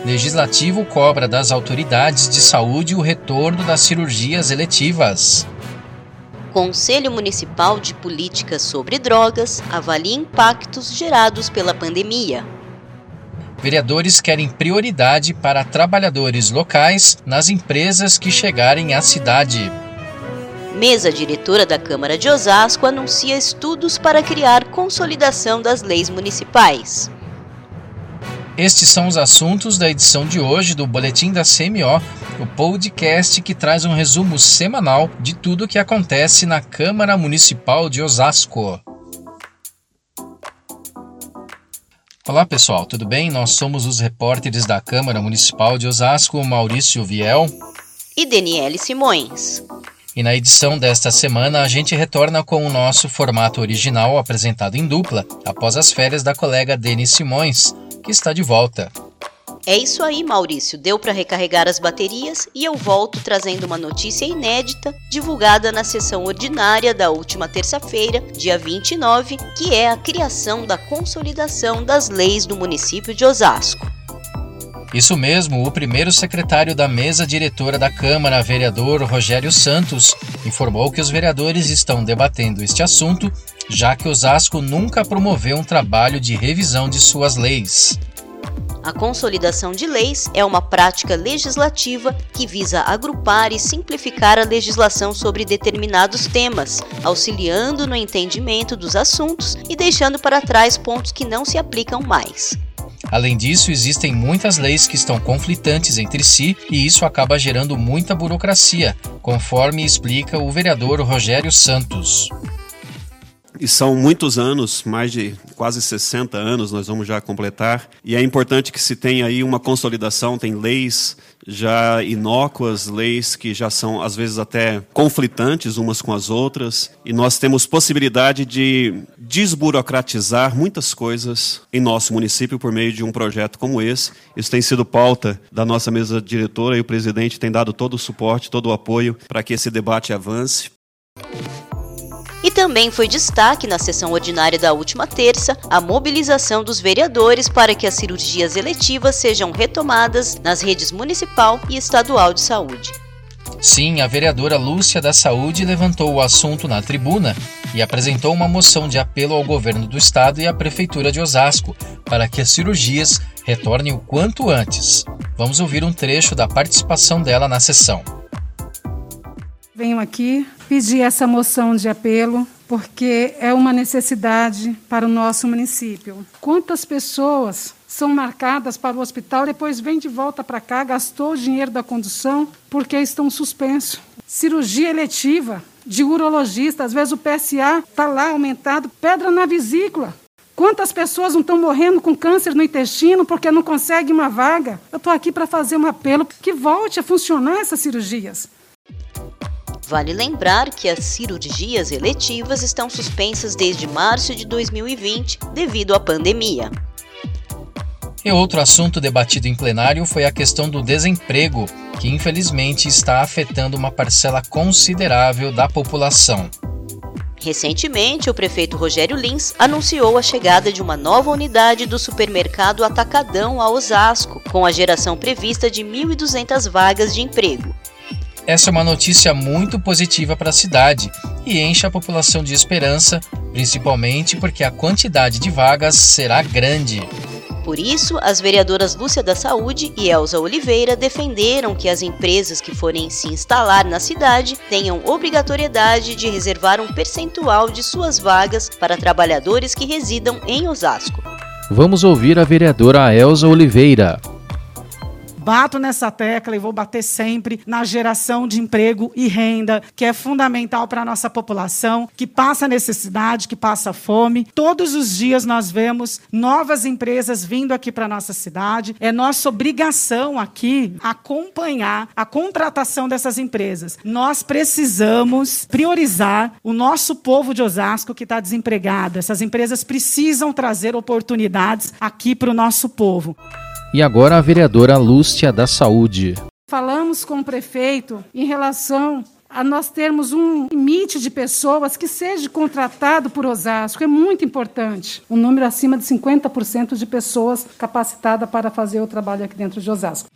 Legislativo cobra das autoridades de saúde o retorno das cirurgias eletivas. Conselho Municipal de Políticas sobre Drogas avalia impactos gerados pela pandemia. Vereadores querem prioridade para trabalhadores locais nas empresas que chegarem à cidade. Mesa diretora da Câmara de Osasco anuncia estudos para criar consolidação das leis municipais. Estes são os assuntos da edição de hoje do Boletim da CMO, o podcast que traz um resumo semanal de tudo o que acontece na Câmara Municipal de Osasco. Olá pessoal, tudo bem? Nós somos os repórteres da Câmara Municipal de Osasco, Maurício Viel e Daniele Simões. E na edição desta semana a gente retorna com o nosso formato original apresentado em dupla, após as férias da colega Deni Simões, que está de volta. É isso aí, Maurício. Deu para recarregar as baterias e eu volto trazendo uma notícia inédita divulgada na sessão ordinária da última terça-feira, dia 29, que é a criação da consolidação das leis do município de Osasco. Isso mesmo, o primeiro secretário da mesa diretora da Câmara, vereador Rogério Santos, informou que os vereadores estão debatendo este assunto, já que Osasco nunca promoveu um trabalho de revisão de suas leis. A consolidação de leis é uma prática legislativa que visa agrupar e simplificar a legislação sobre determinados temas, auxiliando no entendimento dos assuntos e deixando para trás pontos que não se aplicam mais. Além disso, existem muitas leis que estão conflitantes entre si e isso acaba gerando muita burocracia, conforme explica o vereador Rogério Santos. E são muitos anos, mais de quase 60 anos nós vamos já completar, e é importante que se tenha aí uma consolidação, tem leis já inócuas, leis que já são às vezes até conflitantes umas com as outras, e nós temos possibilidade de desburocratizar muitas coisas em nosso município por meio de um projeto como esse. Isso tem sido pauta da nossa mesa diretora e o presidente tem dado todo o suporte, todo o apoio para que esse debate avance. E também foi destaque na sessão ordinária da última terça a mobilização dos vereadores para que as cirurgias eletivas sejam retomadas nas redes municipal e estadual de saúde. Sim, a vereadora Lúcia da Saúde levantou o assunto na tribuna e apresentou uma moção de apelo ao governo do estado e à prefeitura de Osasco para que as cirurgias retornem o quanto antes. Vamos ouvir um trecho da participação dela na sessão. Venho aqui pedir essa moção de apelo porque é uma necessidade para o nosso município. Quantas pessoas são marcadas para o hospital, depois vêm de volta para cá, gastou o dinheiro da condução porque estão suspensos. Cirurgia eletiva de urologista, às vezes o PSA está lá aumentado, pedra na vesícula. Quantas pessoas não estão morrendo com câncer no intestino porque não conseguem uma vaga? Eu estou aqui para fazer um apelo que volte a funcionar essas cirurgias. Vale lembrar que as cirurgias eletivas estão suspensas desde março de 2020 devido à pandemia. E outro assunto debatido em plenário foi a questão do desemprego, que infelizmente está afetando uma parcela considerável da população. Recentemente, o prefeito Rogério Lins anunciou a chegada de uma nova unidade do supermercado Atacadão a Osasco, com a geração prevista de 1.200 vagas de emprego. Essa é uma notícia muito positiva para a cidade e enche a população de esperança, principalmente porque a quantidade de vagas será grande. Por isso, as vereadoras Lúcia da Saúde e Elza Oliveira defenderam que as empresas que forem se instalar na cidade tenham obrigatoriedade de reservar um percentual de suas vagas para trabalhadores que residam em Osasco. Vamos ouvir a vereadora Elza Oliveira. Bato nessa tecla e vou bater sempre na geração de emprego e renda, que é fundamental para a nossa população, que passa necessidade, que passa fome. Todos os dias nós vemos novas empresas vindo aqui para a nossa cidade. É nossa obrigação aqui acompanhar a contratação dessas empresas. Nós precisamos priorizar o nosso povo de Osasco que está desempregado. Essas empresas precisam trazer oportunidades aqui para o nosso povo. E agora a vereadora Lúcia da Saúde. Falamos com o prefeito em relação a nós termos um limite de pessoas que seja contratado por Osasco. É muito importante. Um número acima de 50% de pessoas capacitadas para fazer o trabalho aqui dentro de Osasco.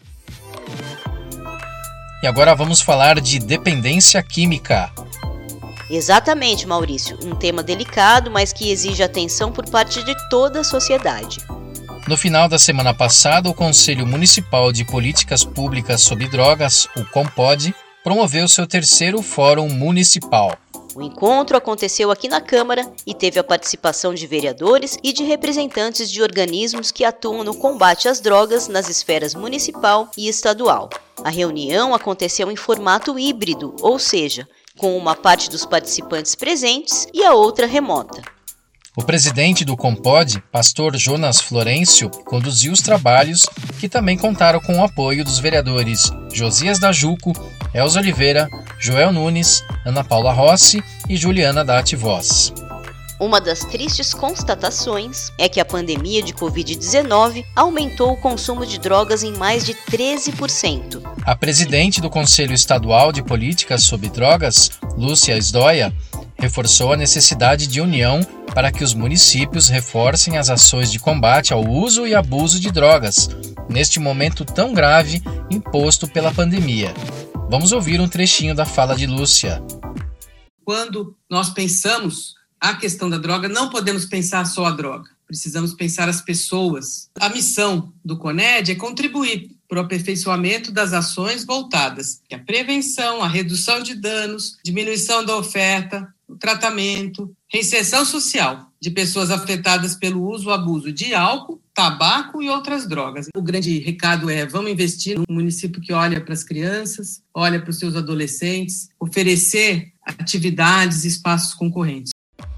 E agora vamos falar de dependência química. Exatamente, Maurício. Um tema delicado, mas que exige atenção por parte de toda a sociedade. No final da semana passada, o Conselho Municipal de Políticas Públicas sobre Drogas, o COMPOD, promoveu seu terceiro Fórum Municipal. O encontro aconteceu aqui na Câmara e teve a participação de vereadores e de representantes de organismos que atuam no combate às drogas nas esferas municipal e estadual. A reunião aconteceu em formato híbrido, ou seja, com uma parte dos participantes presentes e a outra remota. O presidente do COMPOD, pastor Jonas Florencio, conduziu os trabalhos, que também contaram com o apoio dos vereadores Josias da Juco, Elza Oliveira, Joel Nunes, Ana Paula Rossi e Juliana Dati Voz. Uma das tristes constatações é que a pandemia de Covid-19 aumentou o consumo de drogas em mais de 13%. A presidente do Conselho Estadual de Políticas sobre Drogas, Lúcia Esdóia, reforçou a necessidade de união para que os municípios reforcem as ações de combate ao uso e abuso de drogas, neste momento tão grave imposto pela pandemia. Vamos ouvir um trechinho da fala de Lúcia. Quando nós pensamos a questão da droga, não podemos pensar só a droga. Precisamos pensar as pessoas. A missão do CONED é contribuir para o aperfeiçoamento das ações voltadas à prevenção, à redução de danos, diminuição da oferta, o tratamento, reinserção social de pessoas afetadas pelo uso ou abuso de álcool, tabaco e outras drogas. O grande recado é: vamos investir num município que olha para as crianças, olha para os seus adolescentes, oferecer atividades e espaços concorrentes.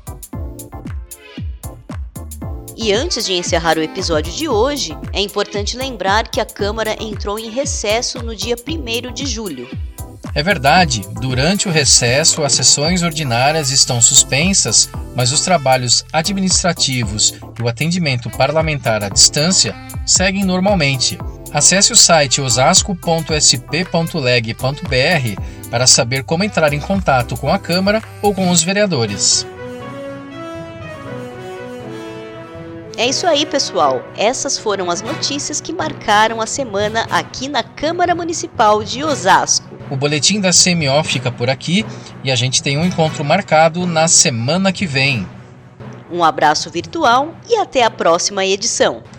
E antes de encerrar o episódio de hoje, é importante lembrar que a Câmara entrou em recesso no dia 1º de julho. É verdade, durante o recesso as sessões ordinárias estão suspensas, mas os trabalhos administrativos e o atendimento parlamentar à distância seguem normalmente. Acesse o site osasco.sp.leg.br para saber como entrar em contato com a Câmara ou com os vereadores. É isso aí, pessoal. Essas foram as notícias que marcaram a semana aqui na Câmara Municipal de Osasco. O boletim da CMO fica por aqui e a gente tem um encontro marcado na semana que vem. Um abraço virtual e até a próxima edição.